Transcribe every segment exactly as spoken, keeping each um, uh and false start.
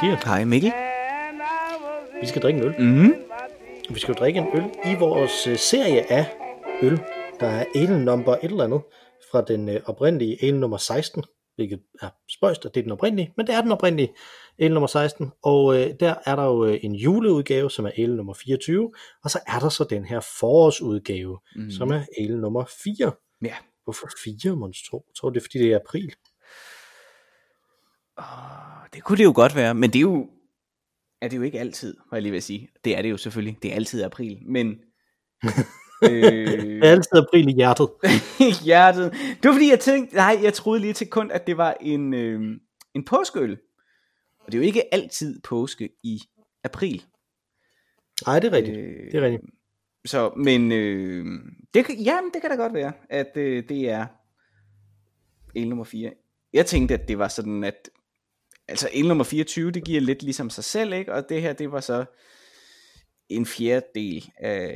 Mathias. Hej Mikkel. Vi skal drikke en øl. Mm. Vi skal jo drikke en øl i vores uh, serie af øl, der er ale nummer et eller andet, fra den uh, oprindelige ale nummer seksten, hvilket er spøjst, at det er den oprindelige, men det er den oprindelige ale nummer seksten, og uh, der er der jo uh, en juleudgave, som er ale nummer fireogtyve, og så er der så den her forårsudgave, mm. som er ale nummer fire. Ja. Hvorfor fire, monstro? Jeg tror, det er, fordi det er april. Oh, det kunne det jo godt være, men det er jo, er det jo ikke altid, må jeg lige vil sige. Det er det jo selvfølgelig, det er altid april, men... øh... Det er altid april i hjertet. hjertet. Det var fordi, jeg tænkte, nej, jeg troede lige til kun, at det var en, øh, en påskeøl. Og det er jo ikke altid påske i april. Nej, det er rigtigt. Øh... Det er rigtigt. Så, men øh, det, jamen, det kan da godt være, at øh, det er el nummer fire. Jeg tænkte, at det var sådan, at altså el nummer fireogtyve, det giver lidt ligesom sig selv, ikke? Og det her, det var så en fjerdedel af,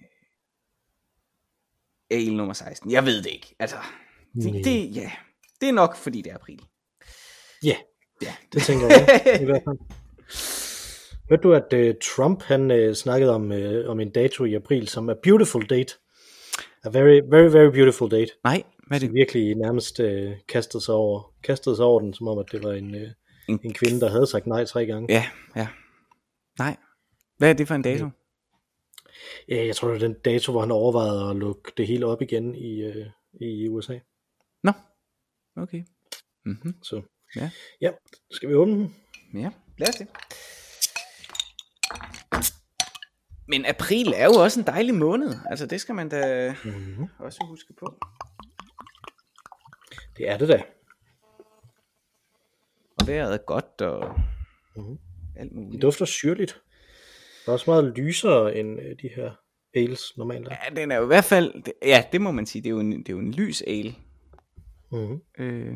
af el nummer seksten. Jeg ved det ikke. Altså, det, det, ja, det er nok, fordi det er april. Ja, ja. Det tænker jeg i hvert fald. Hørte du, at uh, Trump, han uh, snakkede om, uh, om en dato i april, som er beautiful date? A very, very, very beautiful date. Nej, hvad er det? Så virkelig nærmest uh, kastede, sig over, kastede sig over den, som om, at det var en, uh, en... en kvinde, der havde sagt nej tre gange. Ja, ja. Nej. Hvad er det for en dato? Ja, jeg tror, det er den dato, hvor han overvejede at lukke det hele op igen i, uh, i U S A. Nå, okay. Mm-hmm. Så ja. Ja, skal vi åbne den? Ja, lad os det. Men april er jo også en dejlig måned. Altså det skal man da mm-hmm. også huske på. Det er det da. Og vejret er godt og mm-hmm. alt muligt. Det dufter syrligt. Det er også meget lysere end de her ales normalt. Ja, den er jo i hvert fald, ja, det må man sige, det er jo en, det er jo en lys ale. Mhm. Øh.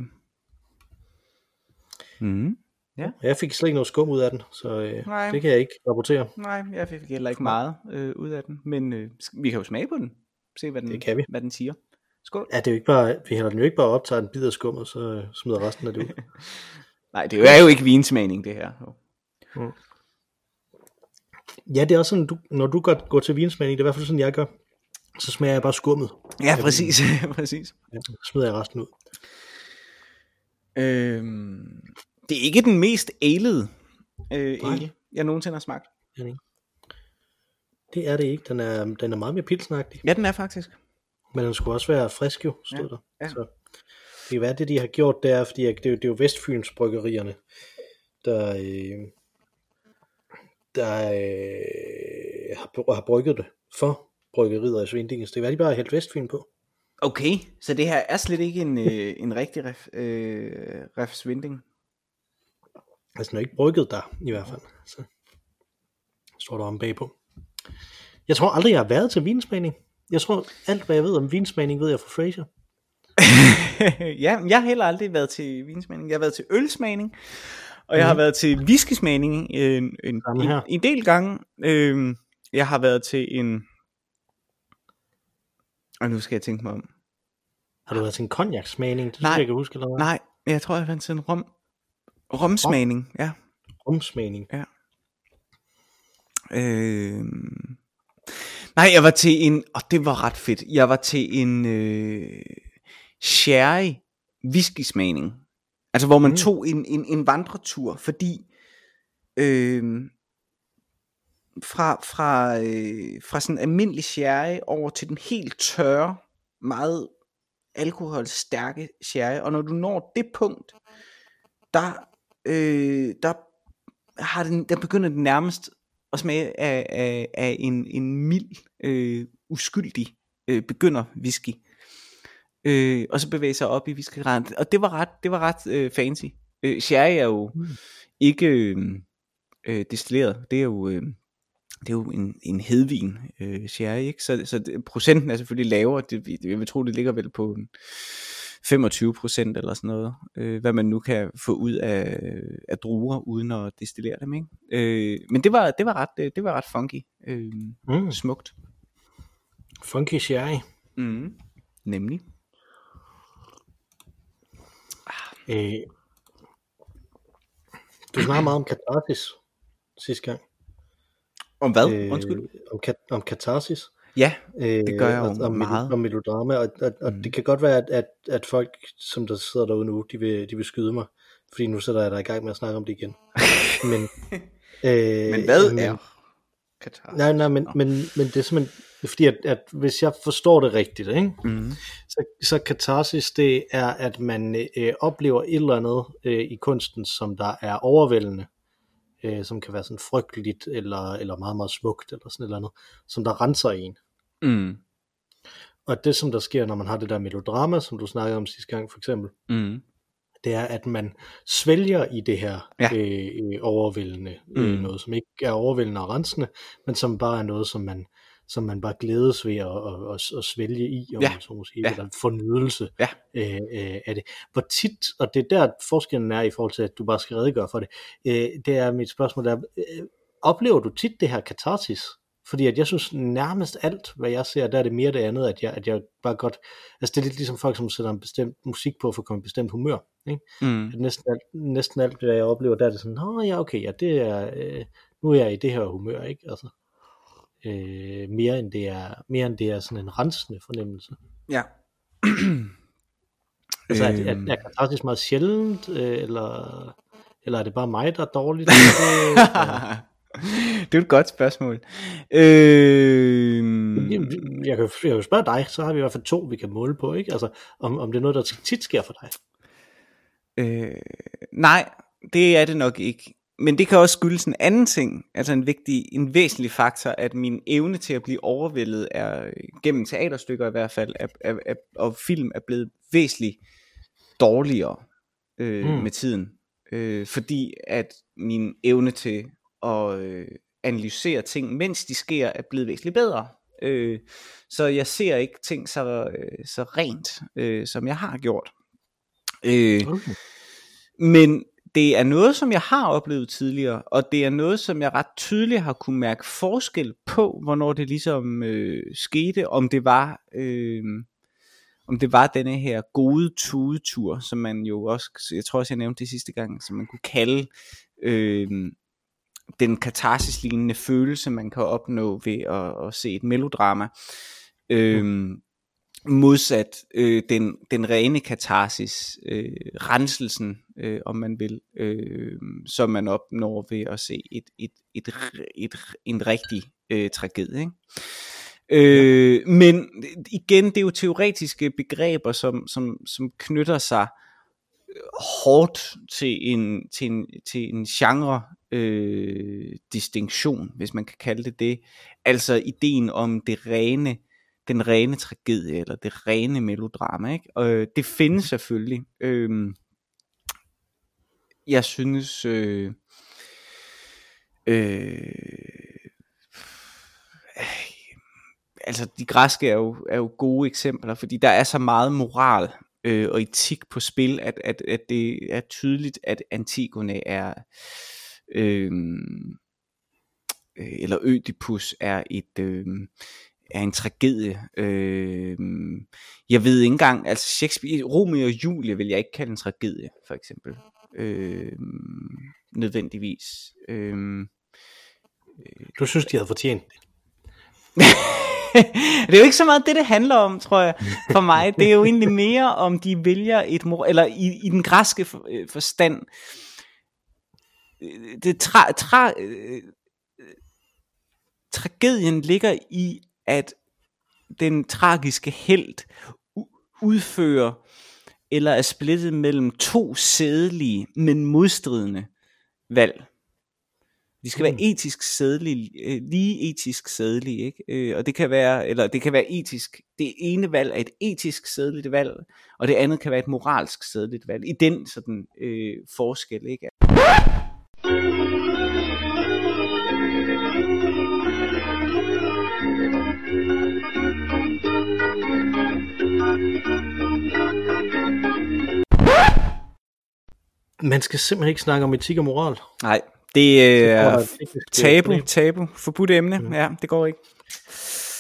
Mhm. Ja. Jeg fik slet ikke noget skum ud af den, så øh, det kan jeg ikke rapportere. Nej, jeg fik heller ikke meget øh, ud af den, men øh, vi kan jo smage på den, se hvad den, det kan vi. Hvad den siger. Skål. Ja, det er jo ikke bare, vi hælder den jo ikke bare op, tager en bid af skum, og så øh, smider resten af det ud. Nej, det er jo ikke vinsmagning det her. Mm. Ja, det er også sådan, du, når du går, går til vinsmagning, det er i hvert fald sådan, jeg gør, så smager jeg bare skummet. Ja, præcis. præcis. Ja, så smider jeg resten ud. Øhm... Det er ikke den mest alede øh, ale, jeg nogensinde har smagt. Det er det ikke. Den er, den er meget mere pilsnagtig. Ja, den er faktisk. Men den skulle også være frisk jo, stod ja. der. Ja. Så det kan være, det de har gjort, det er, fordi det er jo, det er jo Vestfyns bryggerierne, der, øh, der øh, har, har brygget det for bryggeriet af Svindingens. Det kan være, de bare har hældt Vestfyn på. Okay, så det her er slet ikke en, øh, en rigtig ref, øh, ref Svinding. Altså den er ikke brygget der i hvert fald. Så står der om bagpå. Jeg tror aldrig jeg har været til vinsmagning. Jeg tror alt hvad jeg ved om vinsmagning ved jeg fra Fraser. Ja, jeg har heller aldrig været til vinsmagning. Jeg har været til ølsmagning. Og jeg mm. har været til whiskysmagning en, en, en, en del gange. øhm, Jeg har været til en. Og nu skal jeg tænke mig om. Har du været til en cognac-smagning? Det synes nej, jeg kan huske eller hvad? Nej, jeg tror jeg har været til en rom Romsmagning, ja. Romsmagning. Ja. Øh... Nej, jeg var til en, og det var ret fedt. Jeg var til en øh... sherry whiskysmagning. Altså hvor man mm. tog en, en, en vandretur, fordi øh... fra, fra, øh... fra sådan almindelig sherry over til den helt tørre, meget alkoholstærke sherry. Og når du når det punkt, der Øh, der har den, der begynder den nærmest at smage af, af, af en, en mild, øh, uskyldig øh, begynder whisky, øh, og så bevæger sig op i whiskygraden, og det var ret, det var ret øh, fancy. Øh, sherry er jo mm. ikke øh, øh, destilleret, det er jo øh, det er jo en, en hedvin øh, sherry, ikke? Så, så det, procenten er selvfølgelig lavere. Det, jeg vil tro det ligger vel på femogtyve procent eller sådan noget, øh, hvad man nu kan få ud af, af druer uden at destillere dem, ikke? Øh, men det var det var ret det var ret funky, øh, mm. smukt. Funky sherry. Mm. Nemlig. Øh, Du snakker meget om katarsis sidste gang. Om hvad? Øh, Undskyld. Om, kat- om katarsis. Ja, det gør jeg jo og, og meget. Og melodrama, og, og, og mm. det kan godt være, at, at, at folk, som der sidder derude nu, de vil, de vil skyde mig, fordi nu sætter jeg dig i gang med at snakke om det igen. Men, øh, men hvad men, er katarsis? Nej, nej, men, men, men det er simpelthen, fordi at, at hvis jeg forstår det rigtigt, ikke? Mm. Så, så katarsis, det er, at man øh, oplever et eller andet øh, i kunsten, som der er overvældende, øh, som kan være sådan frygteligt, eller, eller meget, meget smukt, eller sådan et eller andet, som der renser en. Mm. Og det, som der sker, når man har det der melodrama, som du snakkede om sidste gang, for eksempel, Mm. det er, at man svælger i det her Ja. øh, overvældende, Mm. øh, noget, som ikke er overvældende og rensende, men som bare er noget, som man, som man bare glædes ved at, at, at, at svælge i, om Ja. man så må sige, Ja. eller fornydelse Ja. øh, øh, af det. Hvor tit, og det er der forskellen er i forhold til, at du bare skal redegøre for det, øh, det er mit spørgsmål, der, øh, oplever du tit det her katarsis? Fordi at jeg synes nærmest alt, hvad jeg ser, der er det mere det andet, at jeg, at jeg bare godt, altså det er lidt ligesom folk, som sætter en bestemt musik på, for at komme i et bestemt humør, ikke? Mm. At næsten alt, næsten alt, hvad jeg oplever, der er det sådan, nå ja, okay, ja, det er, øh, nu er jeg i det her humør, ikke? Altså, øh, mere end det er, mere end det er sådan en rensende fornemmelse. Ja. Altså, er, Øhm. er, er katarsis meget sjældent, øh, eller, eller er det bare mig, der er dårligt? Øh, Det er et godt spørgsmål. Øh... jeg, kan, jeg kan spørge dig, så har vi i hvert fald to, vi kan måle på, ikke? Altså, om, om det er noget, der tit sker for dig. Øh... Nej, det er det nok ikke. Men det kan også skyldes en anden ting, altså en vigtig, en væsentlig faktor, at min evne til at blive overvældet er, gennem teaterstykker i hvert fald, er, er, er, og film er blevet væsentligt dårligere øh, mm. med tiden. Øh, fordi at min evne til at øh, analysere ting, mens de sker, er blevet væsentligt bedre. Øh, så jeg ser ikke ting så, øh, så rent, øh, som jeg har gjort. Øh, okay. Men det er noget, som jeg har oplevet tidligere, og det er noget, som jeg ret tydeligt har kunne mærke forskel på, hvornår det ligesom øh, skete, om det var øh, om det var denne her gode tudetur, som man jo også, jeg tror også jeg nævnte det sidste gang, som man kunne kalde øh, den katarsis-lignende følelse, man kan opnå ved at, at se et melodrama. Øh, mm. Modsat øh, den, den rene katarsis, øh, renselsen, øh, om man vil, øh, som man opnår ved at se et, et, et, et, et, en rigtig øh, tragedie. Ikke? Øh, ja. Men igen, det er jo teoretiske begreber, som, som, som knytter sig hårdt til en, til en, til en genre øh, distinktion, hvis man kan kalde det det. Altså ideen om det rene, den rene tragedie, eller det rene melodrama, ikke? Og øh, det findes selvfølgelig. Øh, jeg synes, øh, øh, altså de græske er jo, er jo gode eksempler, fordi der er så meget moral øh, og etik på spil, at, at, at det er tydeligt, at Antigone er, øh, eller Ødipus er et, øh, er en tragedie. Øh, jeg ved ikke engang, altså Shakespeare, Romeo og Julie vil jeg ikke kalde en tragedie, for eksempel. Øh, nødvendigvis. Øh, du synes, de havde fortjent det? Det er jo ikke så meget det, det handler om, tror jeg, for mig. Det er jo egentlig mere, om de vælger et mor, eller i, i den græske for, øh, forstand. Det tra, tra, øh, tragedien ligger i, at den tragiske helt udfører eller er splittet mellem to sædelige, men modstridende valg. De skal være etisk sædelige, lige etisk sædelige, ikke? Og det kan være, eller det kan være etisk. Det ene valg er et etisk sædeligt valg, og det andet kan være et moralsk sædeligt valg. I den sådan øh, forskel, ikke? Man skal simpelthen ikke snakke om etik og moral. Nej, det er tabu, tabu, forbudt emne. Mm. Ja, det går ikke.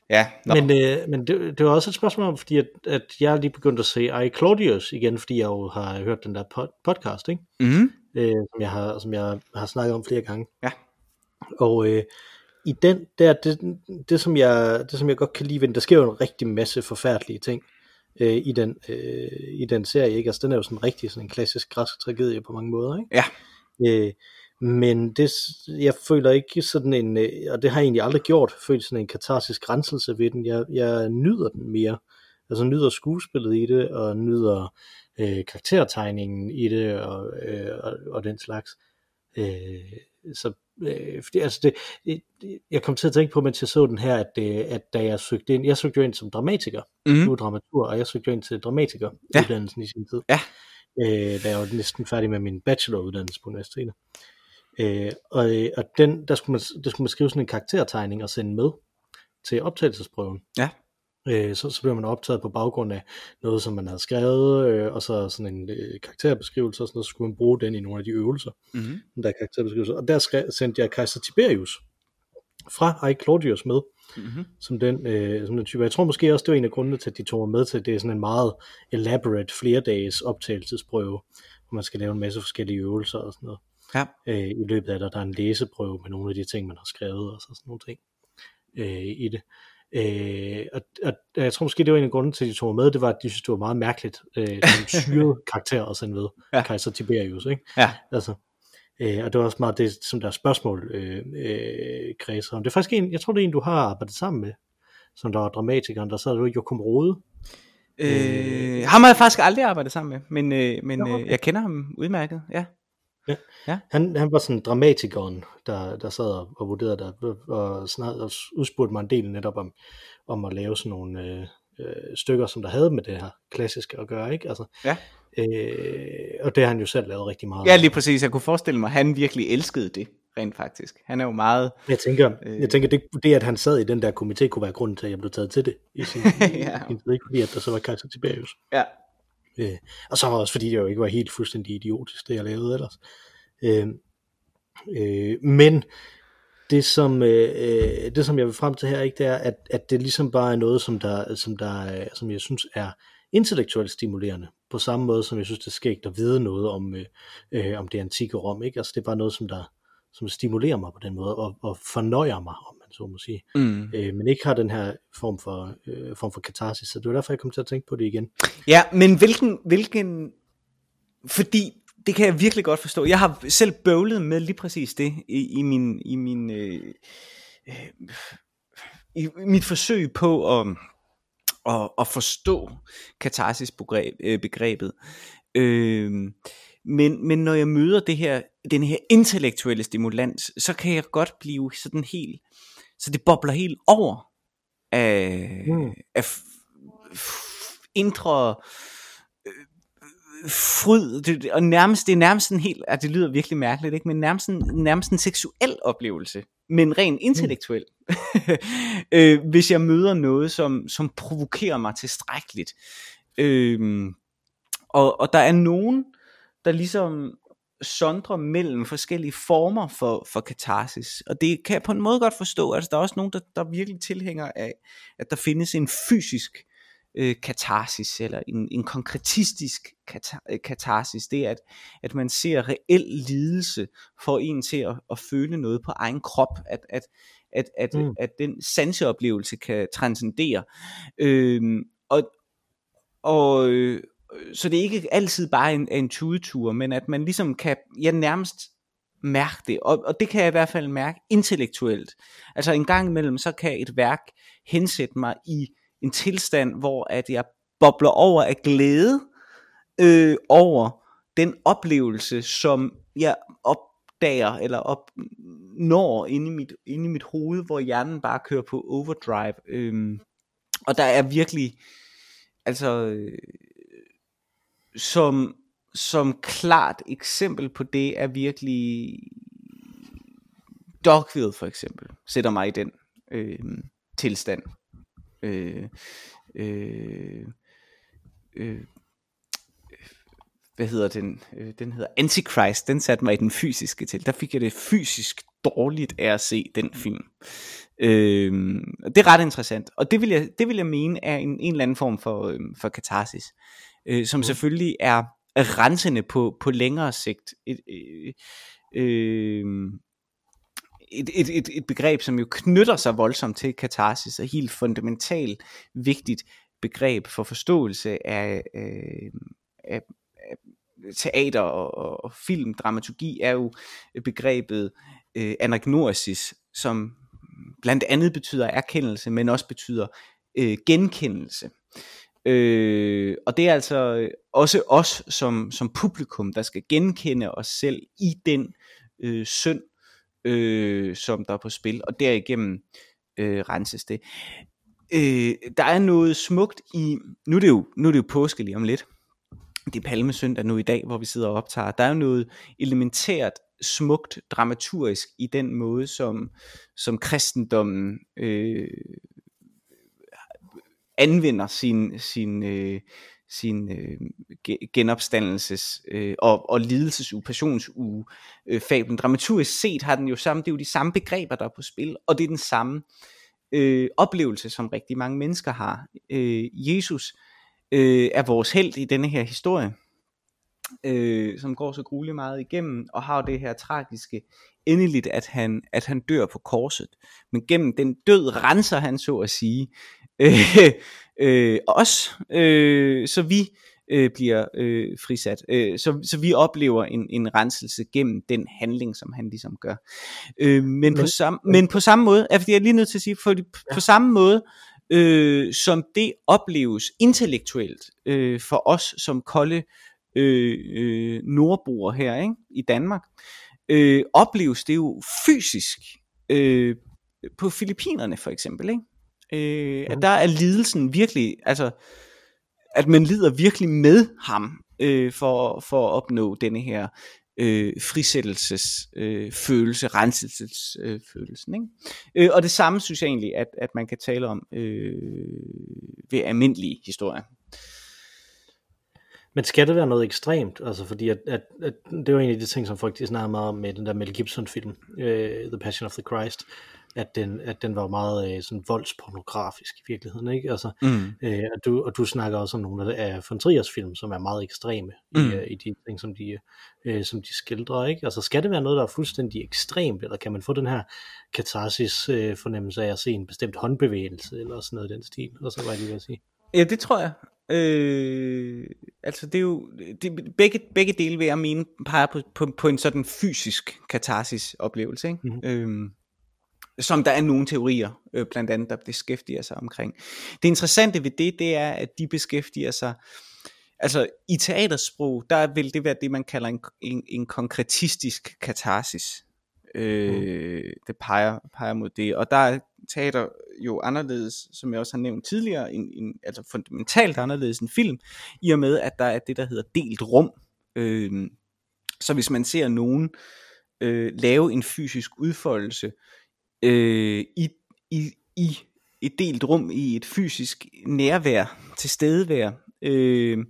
Ja, nå. Men, øh, men det, det var også et spørgsmål om, fordi at, at jeg er lige begyndt at se I, Claudius igen, fordi jeg jo har hørt den der pod, podcast, ikke? Mm-hmm. Øh, som, jeg har, som jeg har snakket om flere gange. Ja. Og øh, i den der, det, det, som jeg, det som jeg godt kan lide ved den, der sker jo en rigtig masse forfærdelige ting øh, i, den, øh, i den serie, ikke? Altså den er jo sådan en rigtig sådan en klassisk græsk tragedie på mange måder, ikke? Ja. Øh, men det, jeg føler ikke sådan en, og det har jeg egentlig aldrig gjort, følt sådan en katarsisk renselse ved den. Jeg, jeg nyder den mere, altså nyder skuespillet i det, og nyder øh, karaktertegningen i det, og, øh, og, og den slags. Øh, så øh, fordi, altså det, det, jeg kom til at tænke på, mens jeg så den her, at, øh, at da jeg søgte ind, jeg søgte jo ind som dramatiker, mm-hmm. du er dramatur, og jeg søgte jo ind til dramatiker, ja. uddannelsen i sin tid. Ja. Øh, da jeg var næsten færdig med min bacheloruddannelse på universitetet. Øh, og, og den, der skulle man, der skulle man skrive sådan en karaktertegning og sende med til optagelsesprøven. Ja. Øh, så, så blev man optaget på baggrund af noget, som man havde skrevet, øh, og så sådan en øh, karakterbeskrivelse, og sådan noget, så skulle man bruge den i nogle af de øvelser, mm-hmm. den der karakterbeskrivelse. Og der skrev, sendte jeg Kejser Tiberius fra I, Claudius med, mm-hmm. som, den, øh, som den type. Jeg tror måske også, det var en af grundene til, at de tog mig med til, det er sådan en meget elaborate flerdages optagelsesprøve, hvor man skal lave en masse forskellige øvelser og sådan noget. Ja. Øh, I løbet af der, der er en læseprøve med nogle af de ting, man har skrevet, og så sådan nogle ting øh, i det. Øh, og, og jeg tror måske, det var en af grunden til, at de tog med, det var, at de synes, det var meget mærkeligt, øh, den syrede karakter at sende ved, ja. Kejser Tiberius, ikke? Ja. Altså, øh, og det var også meget det, som der spørgsmål øh, øh, kredser om. Det er faktisk en, jeg tror, det er en, du har arbejdet sammen med, som der var dramatikeren, der sad jo Joachim Rode. Øh, ham har jeg faktisk aldrig arbejdet sammen med, men, øh, men ja, okay. øh, jeg kender ham udmærket, ja. Ja. Ja. Han, han var sådan dramatikeren, der, der sad og, og vurderede der, og, snart, og udspurgte mig en del netop om, om at lave sådan nogle øh, øh, stykker, som der havde med det her klassiske at gøre, ikke? Altså, ja. øh, og det har han jo selv lavet rigtig meget. Ja, lige præcis. Jeg kunne forestille mig, at han virkelig elskede det, rent faktisk. Han er jo meget... Jeg tænker, øh... jeg tænker det, det, at han sad i den der komité, kunne være grunden til, at jeg blev taget til det. I sin, ja. i, ikke fordi, at der så var Kejser Tiberius. Ja. Øh, og så var også fordi, det jo ikke var helt fuldstændig idiotisk, det jeg lavede ellers. Øh, øh, men det som, øh, det som jeg vil frem til her, ikke, det er, at, at det ligesom bare er noget, som, der, som, der, som jeg synes er intellektuelt stimulerende, på samme måde som jeg synes, det er skægt at vide noget om, øh, om det antikke Rom, ikke? Altså det er bare noget, som der som stimulerer mig på den måde, og, og fornøjer mig, om man så må sige, mm. øh, men ikke har den her form for, øh, form for katarsis, så det var derfor, jeg kom til at tænke på det igen. Ja, men hvilken, hvilken, fordi det kan jeg virkelig godt forstå. Jeg har selv bøvlet med lige præcis det i, i min, i min, øh, øh, i mit forsøg på at, at, at forstå katarsis-begrebet. Øh, men, men når jeg møder det her, den her intellektuelle stimulans, så kan jeg godt blive sådan helt, så det bobler helt over af, mm. af f- f- indre fryd, det, og nærmest, det er nærmest en helt, at det lyder virkelig mærkeligt, ikke? Men nærmest en, nærmest en seksuel oplevelse, men rent intellektuel, mm. øh, hvis jeg møder noget, som, som provokerer mig tilstrækkeligt. Øh, og, og der er nogen, der ligesom sondrer mellem forskellige former for, for katarsis, og det kan jeg på en måde godt forstå. Altså der er også nogen, der, der virkelig tilhænger af, at der findes en fysisk øh, katarsis, eller en, en konkretistisk katar- katarsis. Det er, at, at man ser reel lidelse for en til at, at føle noget på egen krop, at, at, at, at, mm. at den sanseoplevelse kan transcendere. Øh, og og øh, så det er ikke altid bare en, en tudetur, men at man ligesom kan, ja, nærmest mærke det, og, og det kan jeg i hvert fald mærke intellektuelt. Altså en gang imellem, så kan et værk hensætte mig i en tilstand, hvor at jeg bobler over af glæde øh, over den oplevelse, som jeg opdager, eller opnår inde i mit, inde i mit hoved, hvor hjernen bare kører på overdrive. Øh, og der er virkelig, altså... Øh, Som, som klart eksempel på det er virkelig Dogville for eksempel, sætter mig i den øh, tilstand. Øh, øh, øh, hvad hedder den, øh, den hedder Antichrist, den satte mig i den fysiske til. Der fik jeg det fysisk dårligt af at se den film. Øh, det er ret interessant, og det vil jeg, det vil jeg mene er en, en eller anden form for, øh, for katarsis, øh, som mm. selvfølgelig er rensende på, på længere sigt. Et, øh, øh, et, et, et, et begreb, som jo knytter sig voldsomt til katarsis, er helt fundamentalt vigtigt begreb for forståelse af, øh, af, af teater og, og film, dramaturgi, er jo begrebet øh, anagnosis, som blandt andet betyder erkendelse, men også betyder øh, genkendelse. Øh, og det er altså også os som, som publikum, der skal genkende os selv i den øh, synd, øh, som der er på spil, og derigennem øh, renses det. Øh, der er noget smukt i, nu er det jo, nu er det jo påske lige om lidt, det er palmesøndag nu i dag, hvor vi sidder og optager, der er jo noget elementært smukt dramaturgisk i den måde, som, som kristendommen øh, anvender sin, sin, øh, sin øh, genopstandelses øh, og, og lidelsesuge, passionsuge øh, fablen. Dramaturgisk set har den jo samme, det er jo de samme begreber, der er på spil, og det er den samme øh, oplevelse, som rigtig mange mennesker har. Øh, Jesus øh, er vores helt i denne her historie, øh, som går så grueligt meget igennem, og har det her tragiske endeligt, at han, at han dør på korset. Men gennem den død renser han, så at sige, øh, øh, os, øh, så vi øh, bliver øh, frisat. Øh, så, så vi oplever en, en renselse gennem den handling, som han ligesom gør. Øh, men, men, på sam, men på samme måde, er jeg er lige nødt til at sige, for ja. på samme måde, øh, som det opleves intellektuelt øh, for os som kolde øh, øh, nordboere her, ikke, i Danmark, øh, opleves det jo fysisk øh, på Filippinerne for eksempel, ikke? Øh, at der er lidelsen virkelig, altså at man lider virkelig med ham øh, for, for at opnå denne her øh, frisættelses øh, følelse, renselsesfølelsen, øh, ikke? Øh, og det samme synes jeg egentlig, at, at man kan tale om øh, ved almindelige historier. Men skal det være noget ekstremt? Altså fordi at, at, at det var en af de ting, som folk snakker meget om med den der Mel Gibson film, uh, The Passion of the Christ, at den, at den var meget uh, sådan voldspornografisk i virkeligheden, ikke? Altså, mm. uh, og, du, og du snakker også om nogle af von Triers film, som er meget ekstreme mm. i, uh, i de ting, som de, uh, som de skildrer, ikke? Altså skal det være noget, der er fuldstændig ekstremt, eller kan man få den her katarsis uh, fornemmelse af at se en bestemt håndbevægelse, eller sådan noget i den stil, og så var jeg lige ved at sige. Ja, det tror jeg. Øh, altså det er jo det, begge, begge dele vil jeg mene peger på, på, på en sådan fysisk katarsis oplevelse, ikke? Mm-hmm. øh, som der er nogle teorier øh, blandt andet der beskæftiger sig omkring. Det interessante ved det, det er at de beskæftiger sig, altså i teatersprog, der vil det være det man kalder en, en, en konkretistisk katarsis. Øh, mm. Det peger, peger mod det, og der er teater jo anderledes, som jeg også har nævnt tidligere, en, en, altså fundamentalt anderledes en film, i og med at der er det der hedder delt rum. øh, Så hvis man ser nogen øh, lave en fysisk udfoldelse øh, i, i, i et delt rum, i et fysisk nærvær, tilstedevær, øh,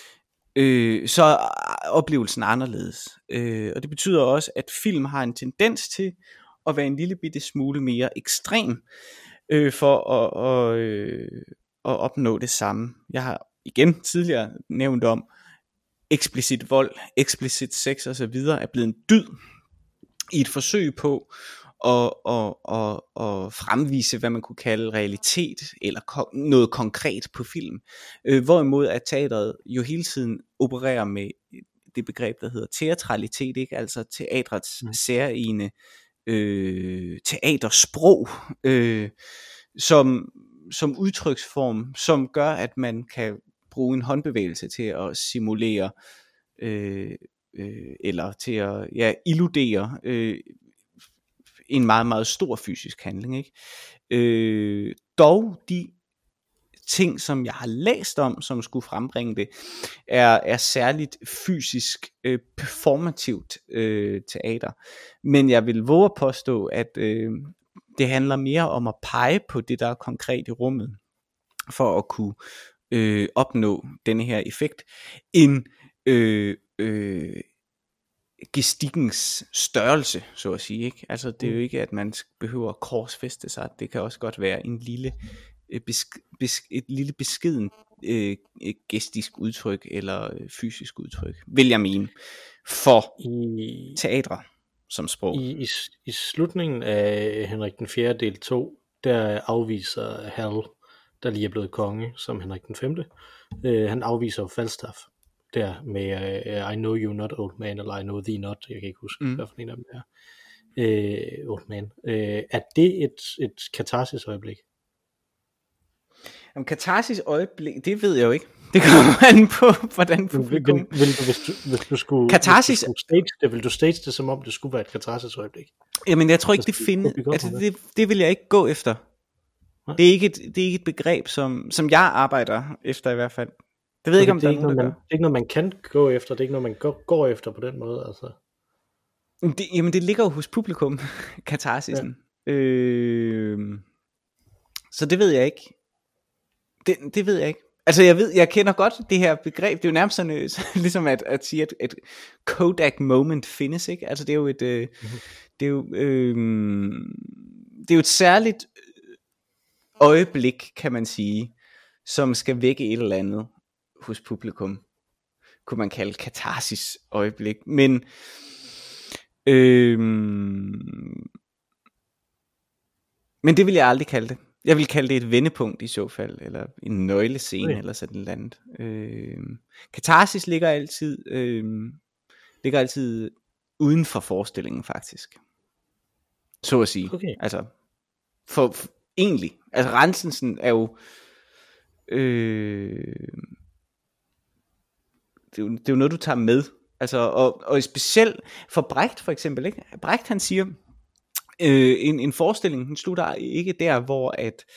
øh, så er oplevelsen anderledes. øh, Og det betyder også at film har en tendens til at være en lille bitte smule mere ekstrem øh, for at, og, øh, at opnå det samme. Jeg har igen tidligere nævnt om eksplicit vold, eksplicit sex og så videre er blevet en dyd i et forsøg på at, at, at, at fremvise, hvad man kunne kalde realitet eller ko- noget konkret på film. Øh, hvorimod at teateret jo hele tiden opererer med det begreb, der hedder teatralitet, ikke? Altså teatrets mm. særegne øh, teatersprog, øh, som, som udtryksform, som gør, at man kan bruge en håndbevægelse til at simulere, øh, øh, eller til at ja, illudere øh, en meget, meget stor fysisk handling, ikke? Øh, dog de ting, som jeg har læst om, som skulle frembringe det, er, er særligt fysisk øh, performativt øh, teater. Men jeg vil våge at påstå, at øh, det handler mere om at pege på det, der er konkret i rummet, for at kunne øh, opnå denne her effekt, end øh, øh, gestikkens størrelse, så at sige, ikke? Altså det er jo ikke, at man behøver at korsfæste sig. Det kan også godt være en lille, besk- besk- et lille beskeden øh, gestisk udtryk eller fysisk udtryk, vil jeg mene, for I, teatre som sprog. I, i, I slutningen af Henrik den fjerde del to, der afviser Hal, der lige er blevet konge, som Henrik den femte, øh, han afviser Falstaff der med uh, I know you're not old man, eller I know thee not, jeg kan ikke huske, mm. hvad for en af dem er. Øh, old man. Øh, er det et, et katarsis øjeblik? Om katarsis øjeblik, det ved jeg jo ikke. Det kommer an på, hvordan publikum... Vil, vil, vil du, hvis, du, hvis du skulle, katarsis... hvis du skulle stage det, vil du stage det, som om det skulle være et katarsis øjeblik? Jamen, jeg tror ikke, det findes... Altså, det, det vil jeg ikke gå efter. Det er ikke et, det er ikke et begreb, som, som jeg arbejder efter i hvert fald. Det ved jeg ikke, om det er der er nogen, der man, gør. Det er ikke noget, man kan gå efter. Det er ikke noget, man går, går efter på den måde. Altså. Det, jamen, det ligger jo hos publikum, katarsisen. Ja. Øh, så det ved jeg ikke. Det, det ved jeg ikke. Altså, jeg ved, jeg kender godt det her begreb. Det er jo nærmest sådan, så, ligesom at, at sige, at et Kodak moment findes, ikke? Altså, det er jo et, øh, mm-hmm. det er jo, øh, det er jo et særligt øjeblik, kan man sige, som skal vække et eller andet hos publikum, kunne man kalde katarsis øjeblik, men øhm, men det vil jeg aldrig kalde det. Jeg vil kalde det et vendepunkt i så fald, eller en nøglescene, okay. eller sådan noget andet. Øhm, katarsis ligger altid øhm, ligger altid uden for forestillingen faktisk, så at sige. Okay. Altså for, for egentlig, altså renselsen er jo øh, det, er jo, det er jo noget du tager med, altså, og, og specielt for Brecht for eksempel, ikke? Brecht han siger øh, en, en forestilling, den slutter ikke der hvor at,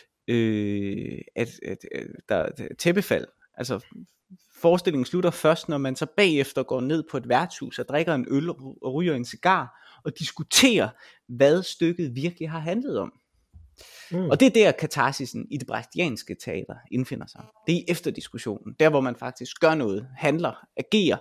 øh, at, at, at der er tæppefald, altså forestillingen slutter først når man så bagefter går ned på et værtshus og drikker en øl og ryger en cigar og diskuterer hvad stykket virkelig har handlet om. Mm. Og det er der katarsisen i det brechtianske teater indfinder sig. Det er i efterdiskussionen, der hvor man faktisk gør noget, handler, agerer.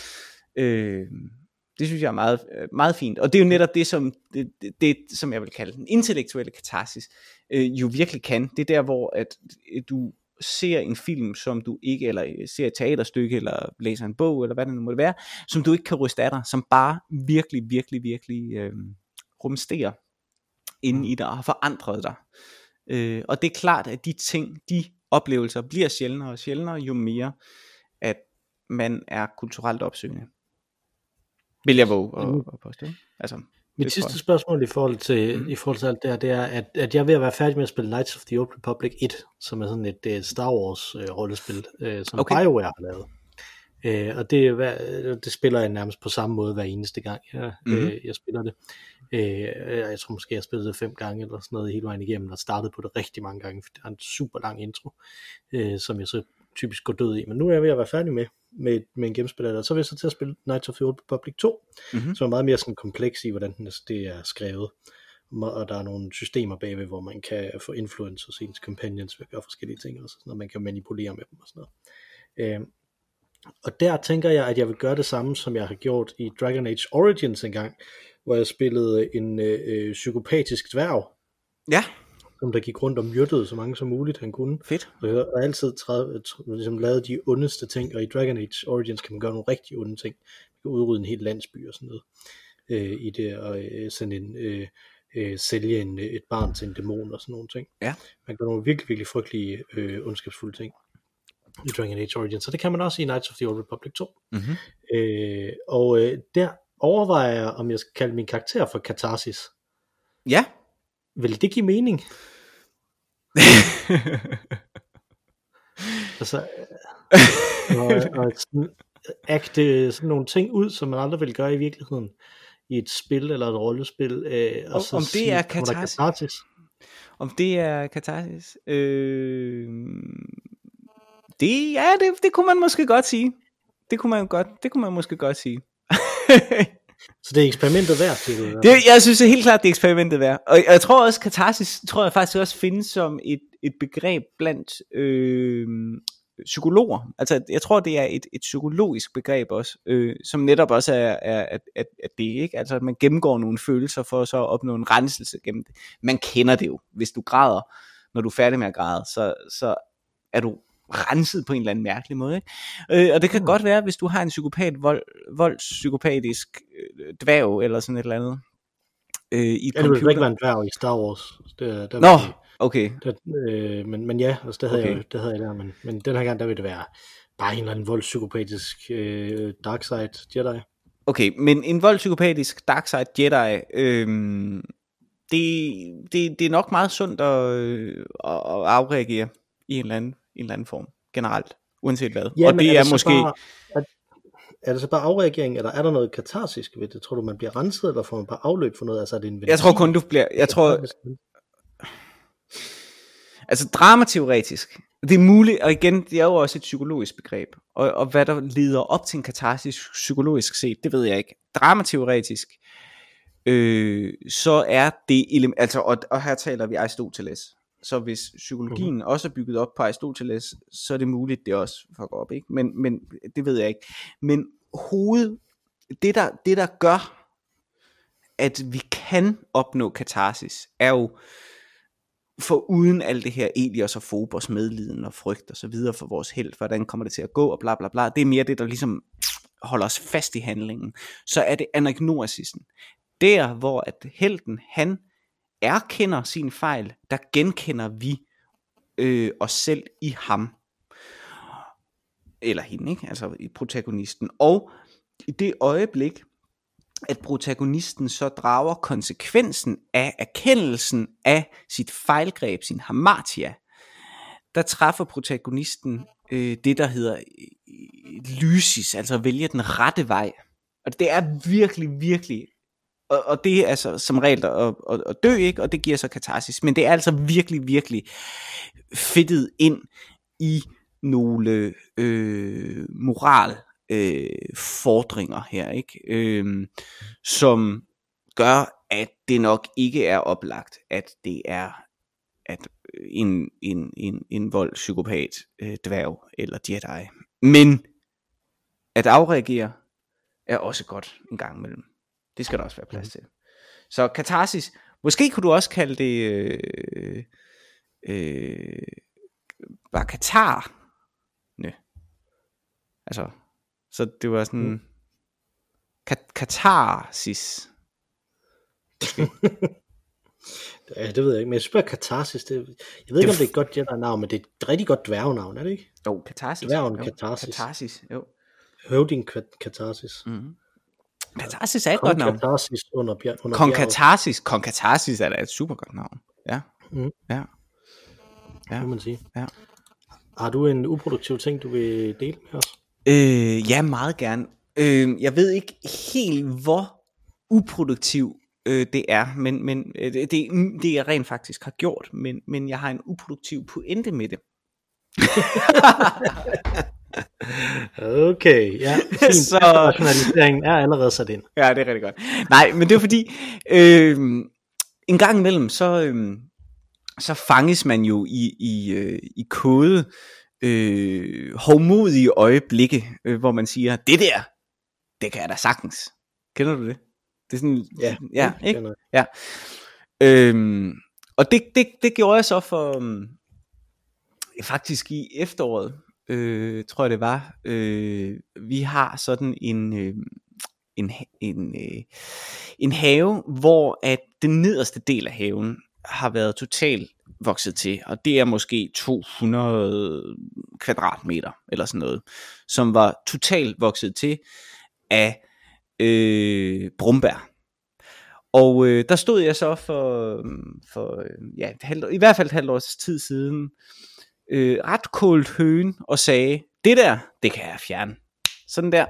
Øh, det synes jeg er meget, meget fint. Og det er jo netop det som, det, det, det, som jeg vil kalde den intellektuelle katarsis, øh, jo virkelig kan. Det er der hvor at du ser en film, som du ikke, eller ser et teaterstykke, eller læser en bog, eller hvad det nu måtte være, som du ikke kan ryste af dig, som bare virkelig, virkelig, virkelig øh, rumsterer inde i dig og har forandret dig. Øh, og det er klart, at de ting, de oplevelser bliver sjældnere og sjældnere, jo mere at man er kulturelt opsøgende. Vil jeg våge at, at påstå. Altså, mit sidste spørgsmål i forhold til, mm. i forhold til alt det her, det er, at, at jeg er ved at være færdig med at spille Knights of the Old Republic et, som er sådan et, et Star Wars øh, rollespil, øh, som okay. BioWare har lavet. Øh, og det, det spiller jeg nærmest på samme måde hver eneste gang, jeg, mm. øh, jeg spiller det. Øh, jeg tror måske, jeg har spillet det fem gange eller sådan noget hele vejen igennem, og startet på det rigtig mange gange, for det er en super lang intro, øh, som jeg så typisk går død i. Men nu er jeg ved at være færdig med, med, med en gamespil, og så vil jeg så til at spille Knights of the Old Republic to, mm-hmm. som er meget mere sådan kompleks i, hvordan den er, det er skrevet. Og der er nogle systemer bagved, hvor man kan få influencers i ens companions ved at gøre forskellige ting, og sådan noget, man kan manipulere med dem og sådan noget. Øh, Og der tænker jeg, at jeg vil gøre det samme, som jeg har gjort i Dragon Age Origins engang, hvor jeg spillede en øh, psykopatisk dværg, ja. som der gik rundt og myrdede så mange som muligt, han kunne. Fedt. Og jeg har altid træde, ligesom lavet de ondeste ting, og i Dragon Age Origins kan man gøre nogle rigtig onde ting. Man kan udrydde en hel landsby og sådan noget øh, i det, og øh, sådan en, øh, øh, sælge en, et barn til en dæmon og sådan nogle ting. Ja. Man kan gøre nogle virkelig, virkelig frygtelige, øh, ondskabsfulde ting i Dragon Age Origins, så det kan man også i Knights of the Old Republic to. Mm-hmm. Øh, og øh, der overvejer jeg, om jeg skal kalde min karakter for Katarsis. Ja. Vil det give mening? altså, øh, og, og sådan, agte sådan nogle ting ud, som man aldrig vil gøre i virkeligheden, i et spil eller et rollespil. Øh, og om, så om det sige, er Katarsis? Katarsis? Om det er Katarsis? Øh... Det, ja, det, det kunne man måske godt sige. Det kunne man godt, det kunne man måske godt sige. Så det er eksperimentet værd, siger du? Det, jeg synes det er helt klart, det er eksperimentet værd. Og jeg tror også, katarsis, tror jeg faktisk også findes som et, et begreb blandt øh, psykologer. Altså jeg tror det er et, et psykologisk begreb også, øh, som netop også er, er at, at, at det ikke, altså at man gennemgår nogle følelser for så at opnå en renselse gennem det. Man kender det jo, hvis du græder, når du er færdig med at græde, så, så er du renset på en eller anden mærkelig måde, ikke? Øh, og det kan mm. godt være, hvis du har en psykopat, vold, voldspsykopatisk øh, dværg eller sådan et eller andet øh, i ja, det ville ikke være en dværg i Star Wars. Det, der Nå, det, okay. Det, øh, men, men ja, altså, det havde okay. jeg, det havde jeg der, men, men den her gang, der vil det være bare en eller anden voldspsykopatisk øh, Darkseid Jedi. Okay, men en voldspsykopatisk Darkseid Jedi, øh, det, det, det er nok meget sundt at, øh, at afreagere i en eller anden, en eller anden form, generelt, uanset hvad. Ja, og det er, er er det måske... Bare, er, er det så bare afreagering, eller er der noget katarsisk ved det? Tror du, man bliver renset, eller får man bare afløb for noget? Altså, er det en ventil? Jeg tror kun, du bliver... Jeg tror... Altså dramateoretisk, det er muligt, og igen, det er jo også et psykologisk begreb, og, og hvad der leder op til en katarsis psykologisk set, det ved jeg ikke. Dramateoretisk, øh, så er det, element, altså, og, og her taler vi Aristoteles, så hvis psykologien uh-huh. også er bygget op på Aristoteles, så er det muligt, det også fucker op, ikke? Men, men det ved jeg ikke. Men hoved, det der, det der gør, at vi kan opnå katarsis, er jo, for uden alt det her Elios og Phobos medliden og frygt og så videre for vores held, hvordan kommer det til at gå og bla bla bla, det er mere det der ligesom holder os fast i handlingen. Så er det anagnosisen, der hvor at helten han erkender sin fejl, der genkender vi øh, os selv i ham eller hende, ikke? Altså i protagonisten, og i det øjeblik at protagonisten så drager konsekvensen af erkendelsen af sit fejlgreb, sin hamartia, der træffer protagonisten øh, det, der hedder øh, lysis, altså vælge den rette vej. Og det er virkelig, virkelig, og, og det er altså som regel at, at, at dø, ikke? Og det giver så katarsis, men det er altså virkelig, virkelig fedtet ind i nogle øh, moral, Øh, fordringer her, ikke? Øh, som gør, at det nok ikke er oplagt, at det er at en, en, en, en vold, psykopat, øh, dværg eller Jedi. Men at afreagere er også godt en gang imellem. Det skal der også være plads til. Så katarsis, måske kunne du også kalde det øh, øh, bare katar. Nø. Altså så det var sådan mm. kat- katarsis. Ja, det ved jeg ikke, men jeg synes bare katarsis, det, jeg ved det ikke, om det er et godt Jedi-navn, men det er et rigtig godt dværgenavn, er det ikke? Jo, katarsis. Dværgen jo, katarsis. Katarsis, jo. Høvding katarsis. Mm-hmm. Katarsis er et godt navn. Katarsis under, bjer- under Kong Katarsis. Kong Katarsis er da et super godt navn. Ja. Mm. Ja. Ja. Det må man sige. Ja. Har du en uproduktiv ting, du vil dele med os? Øh, ja, meget gerne. Øh, jeg ved ikke helt, hvor uproduktiv øh, det er, men, men øh, det, det jeg rent faktisk har gjort, men, men jeg har en uproduktiv pointe med det. Okay, ja. Fint. Så rationaliseringen er allerede sat ind. Ja, det er rigtig godt. Nej, men det er fordi, øh, en gang imellem, så, øh, så fanges man jo i, i, øh, i kode, Øh, hovmodige øjeblikke, øh, hvor man siger, det der, det kan jeg da sagtens. Kender du det? Det er sådan, ja, ja, ikke? Ja. Øhm, og det, det, det gjorde jeg så for, um, faktisk i efteråret, øh, tror jeg det var, øh, vi har sådan en, øh, en, en, øh, en have, hvor at den nederste del af haven har været totalt vokset til, og det er måske to hundrede kvadratmeter eller sådan noget, som var totalt vokset til af øh, brumbær. Og øh, der stod jeg så for, for ja, et halvt, i hvert fald et halvt års tid siden, øh, ret koldt høen og sagde, det der, det kan jeg fjerne. Sådan der.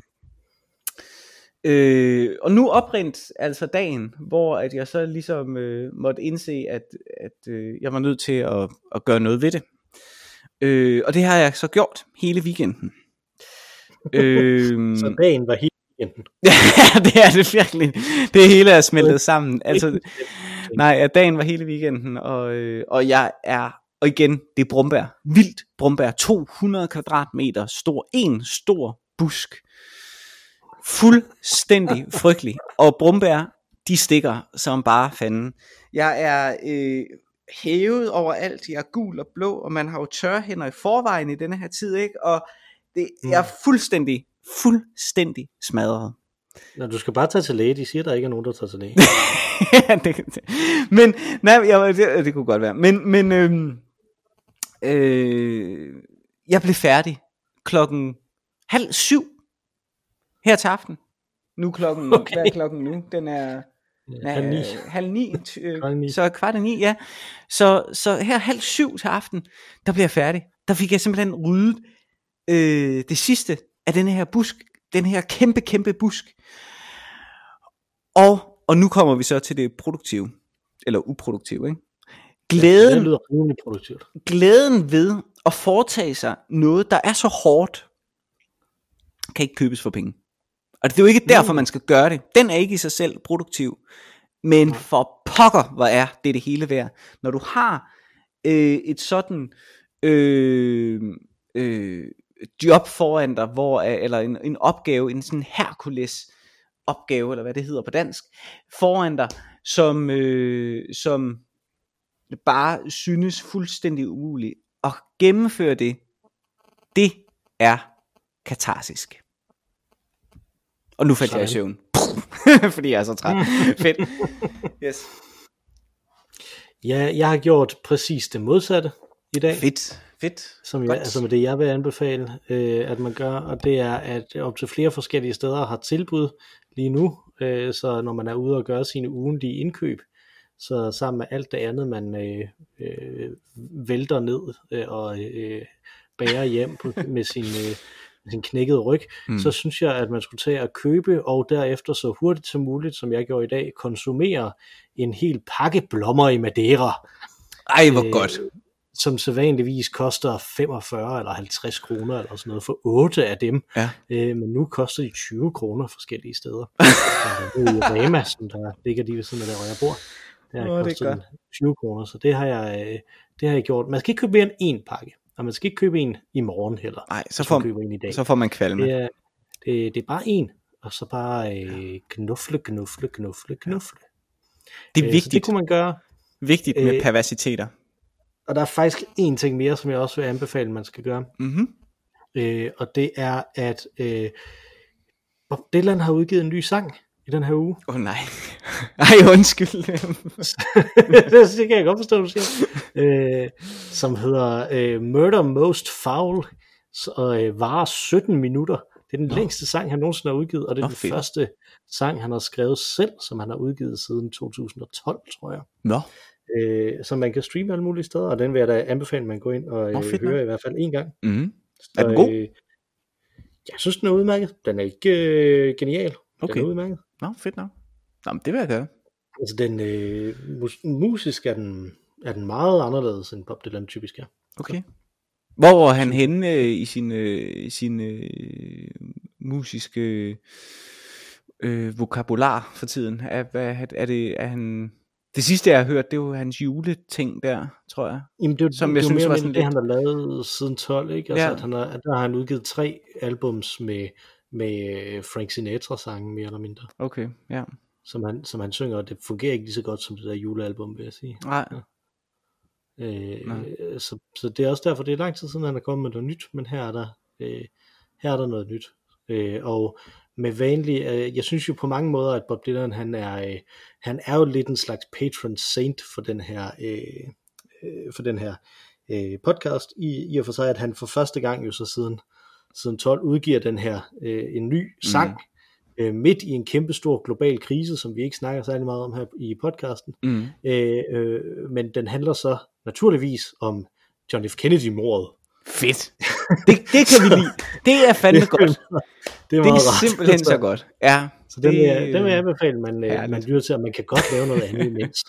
Øh, og nu oprindte altså dagen, hvor at jeg så ligesom øh, måtte indse, at, at øh, jeg var nødt til at, at gøre noget ved det. Øh, og det har jeg så gjort hele weekenden. øh, så dagen var hele weekenden? Ja, det er det virkelig. Det hele er smeltet sammen. Altså, nej, ja, dagen var hele weekenden, og, øh, og jeg er Og igen, det er brumbær. Vildt brumbær. to hundrede kvadratmeter stor. En stor busk. Fuldstændig frygtelig. Og brumbær, de stikker som bare fanden. Jeg er øh, hævet over alt. Jeg er gul og blå, og man har jo tørre hænder i forvejen i denne her tid, ikke? Og det jeg er fuldstændig, fuldstændig smadret. Nå, du skal bare tage til læge. De siger, der ikke er nogen, der tager til læge. det, det. Men, nej, jeg, det, det kunne godt være. Men, men øh, øh, jeg blev færdig klokken halv syv her til aften. Nu klokken, okay. Hvad er klokken nu? Den er ja, halv ni. Halv ni, øh, så kvart af ni, ja. Så, så her halv syv til aften, der blev jeg færdig. Der fik jeg simpelthen ryddet øh, det sidste af den her busk, den her kæmpe, kæmpe busk. Og, og nu kommer vi så til det produktive, eller uproduktive, ikke? Glæden, ja, det lyder rimelig produktivt. Glæden ved at foretage sig noget, der er så hårdt, kan ikke købes for penge. Og det er jo ikke derfor, man skal gøre det. Den er ikke i sig selv produktiv. Men for pokker, hvor er det det hele værd. Når du har øh, et sådan øh, øh, job foran dig, hvor, eller en, en opgave, en sådan Hercules opgave, eller hvad det hedder på dansk, foran dig, som, øh, som bare synes fuldstændig umuligt. At gennemføre det, det er katarsisk. Og nu faldt jeg i søvn. Fordi jeg er så træt. Fedt. Yes. Ja, jeg har gjort præcis det modsatte i dag. Fedt. Fedt. Som jeg, altså med det jeg vil anbefale, øh, at man gør. Og det er, at op til flere forskellige steder har tilbud lige nu. Øh, så når man er ude og gøre sine ugentlige indkøb, så sammen med alt det andet, man øh, øh, vælter ned øh, og øh, bærer hjem på, med sin... Øh, sin knækkede ryg, mm. så synes jeg, at man skulle tage at købe, og derefter så hurtigt som muligt, som jeg gjorde i dag, konsumere en hel pakke blommer i Madeira. Ej, hvor øh, godt. Som sædvanligvis koster femogfyrre eller halvtreds kroner, eller sådan noget, for otte af dem. Ja. Øh, men nu koster de tyve kroner forskellige steder. Det er i Rema, som der ligger lige ved siden af der, hvor jeg bor. Der oh, koster tyve kroner, så det har, jeg, det har jeg gjort. Man skal ikke købe mere end én pakke. Og man skal ikke købe en i morgen heller. Nej, så, får, en i dag. Så får man kvalme. Det er, det, det er bare en, og så bare øh, knufle, knufle, knufle, knufle. Det er øh, vigtigt. Det kunne man gøre. Vigtigt med øh, perversiteter. Og der er faktisk en ting mere, som jeg også vil anbefale, man skal gøre. Mm-hmm. Øh, og det er, at øh, Bob Dylan har udgivet en ny sang i den her uge. Åh oh, nej. Ej, undskyld. Det kan jeg godt forstå, du siger. Øh, som hedder øh, Murder Most Foul, og øh, varer sytten minutter. Det er den Nå. længste sang, han nogensinde har udgivet, og det er Nå, den fedt. første sang, han har skrevet selv, som han har udgivet siden to tusind og tolv, tror jeg. Nå. Øh, så man kan streame alle mulige steder, og den vil jeg da anbefale, at man går ind og øh, fedt, hører i hvert fald en gang. Mm-hmm. Er den god? Øh, jeg synes, den er udmærket. Den er ikke øh, genial. Okay. Den er udmærket. Nå, fedt nok. Nå, men det vil jeg gøre. Altså, den øh, mus- musisk er den, er den meget anderledes, end Bob Dylan typisk er. Okay. Så. Hvor er han henne øh, i sin, øh, sin øh, musiske øh, vokabular for tiden? Er, hvad, er, det, er han... Det sidste, jeg har hørt, det er jo hans juleting der, tror jeg. Jamen, det er jo, som det, jeg det synes, mere var sådan det, lidt... han har lavet siden tolv, ikke? Altså, ja. at han har, der har han udgivet tre albums med... med Frank Sinatra-sangen, mere eller mindre. Okay, ja. Som han, som han synger, og det fungerer ikke lige så godt som det der julealbum, vil jeg sige. Nej. Ja. Øh, så, så det er også derfor, det er lang tid siden, han er kommet med noget nyt, men her er der, øh, her er der noget nyt. Øh, og med vanlig, øh, jeg synes jo på mange måder, at Bob Dylan, han er, øh, han er jo lidt en slags patron saint for den her, øh, øh, for den her øh, podcast, i, i og for sig, at han for første gang jo så siden siden tolv udgiver den her øh, en ny sang mm. øh, midt i en kæmpe stor global krise, som vi ikke snakker særlig meget om her i podcasten. Mm. Øh, øh, men den handler så naturligvis om John F. Kennedy-mordet. Fedt. Det, det kan vi lide. Det er fandme godt. Det er, det er simpelthen så godt. Ja. Så den, det, vil, den vil jeg anbefale, man, øh, man lytter til, at man kan godt lave noget andet imens.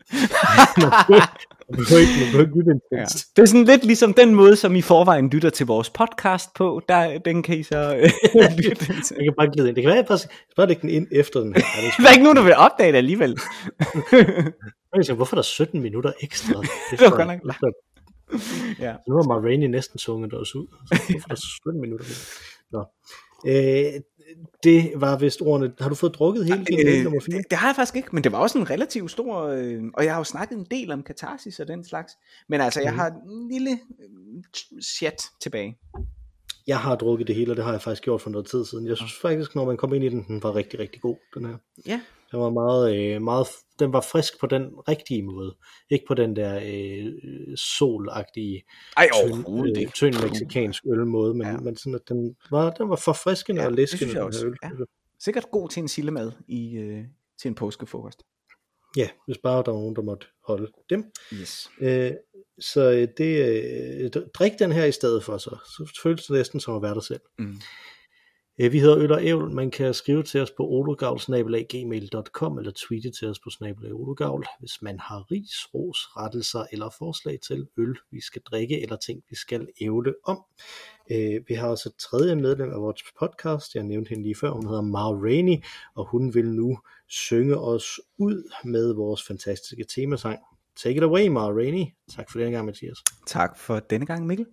Ja. Det er sådan lidt ligesom den måde, som I forvejen lytter til vores podcast på. Der, den kan I så lytte til. Jeg kan bare glide ind. Det kan være, jeg bare, bare lægge den ind efter den her. Der er ikke nogen, der vil opdage det alligevel. Hvorfor er der sytten minutter ekstra? Det var godt nok langt. Ja. Nu har Ma Rainey næsten sunget os ud. Så får der sytten minutter med. Nå. Øh, det var vist ordene. Har du fået drukket hele din øl nummer fire? Det, det har jeg faktisk ikke, men det var også en relativt stor, øh, og jeg har jo snakket en del om katarsis og den slags, men altså jeg har en lille øh, chat tilbage. Jeg har drukket det hele, og det har jeg faktisk gjort for noget tid siden. Jeg synes faktisk, når man kom ind i den, den var rigtig, rigtig god, den her. Ja. Den var meget, øh, meget, den var frisk på den rigtige måde. Ikke på den der øh, solagtige, Ej, tynd, øh, tynd mexikansk ølmåde, men, ja. men sådan, at den var, den var forfriskende ja, og læskende. Det synes jeg også. Ja. Sikkert god til en sillemad i, øh, til en påskefrokost. Ja, hvis bare der var nogen, der måtte holde dem. Yes. Øh, så det, øh, drik den her i stedet for, så, så føles det næsten som at være dig selv. Mm. Vi hedder Øl og Ævl. Man kan skrive til os på ologavl snabel-a gmail punktum com eller tweete til os på snabel-a ologavl, hvis man har ris, ros, rettelser eller forslag til øl, vi skal drikke, eller ting, vi skal ævle om. Vi har også et tredje medlem af vores podcast. Jeg nævnte hende lige før. Hun hedder Ma Rainey, og hun vil nu synge os ud med vores fantastiske temasang. Take it away, Ma Rainey. Tak for denne gang, Mathias. Tak for denne gang, Mikkel.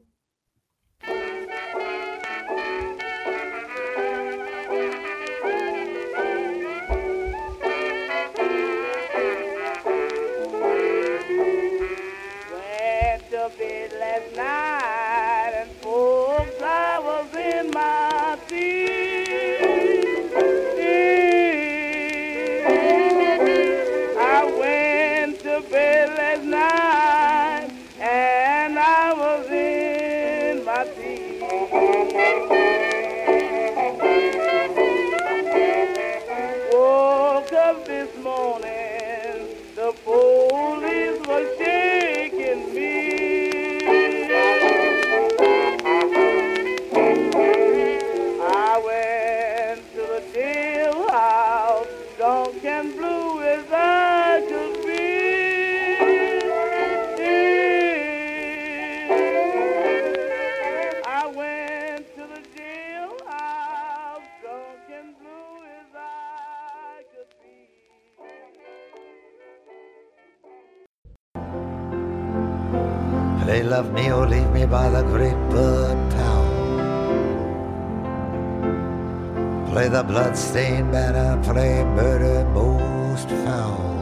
They love me or leave me by the great bird tower. Play the blood-stained banner, play murder most foul.